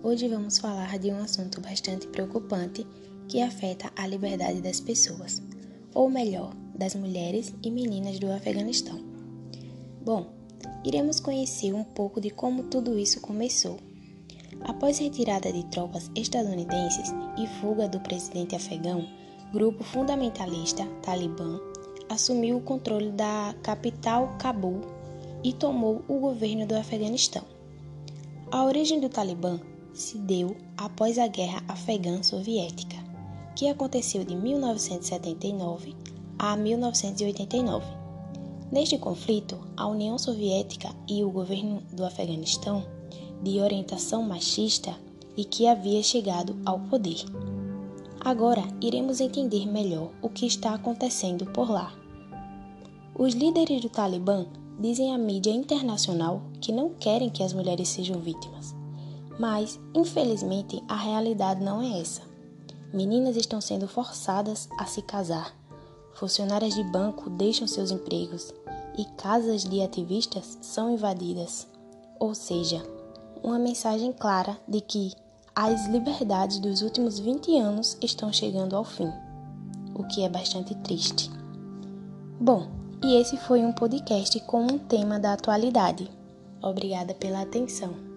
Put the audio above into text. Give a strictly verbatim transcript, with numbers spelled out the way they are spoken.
Hoje vamos falar de um assunto bastante preocupante que afeta a liberdade das pessoas, ou melhor, das mulheres e meninas do Afeganistão. Bom, iremos conhecer um pouco de como tudo isso começou. Após retirada de tropas estadunidenses e fuga do presidente afegão, grupo fundamentalista Talibã assumiu o controle da capital Cabul e tomou o governo do Afeganistão. A origem do Talibã se deu após a Guerra Afegã-Soviética, que aconteceu de mil novecentos e setenta e nove a mil novecentos e oitenta e nove. Neste conflito, a União Soviética e o governo do Afeganistão, de orientação machista e que havia chegado ao poder. Agora iremos entender melhor o que está acontecendo por lá. Os líderes do Talibã dizem à mídia internacional que não querem que as mulheres sejam vítimas. Mas, infelizmente, a realidade não é essa. Meninas estão sendo forçadas a se casar, funcionárias de banco deixam seus empregos e casas de ativistas são invadidas. Ou seja, uma mensagem clara de que as liberdades dos últimos vinte anos estão chegando ao fim, o que é bastante triste. Bom, e esse foi um podcast com um tema da atualidade. Obrigada pela atenção.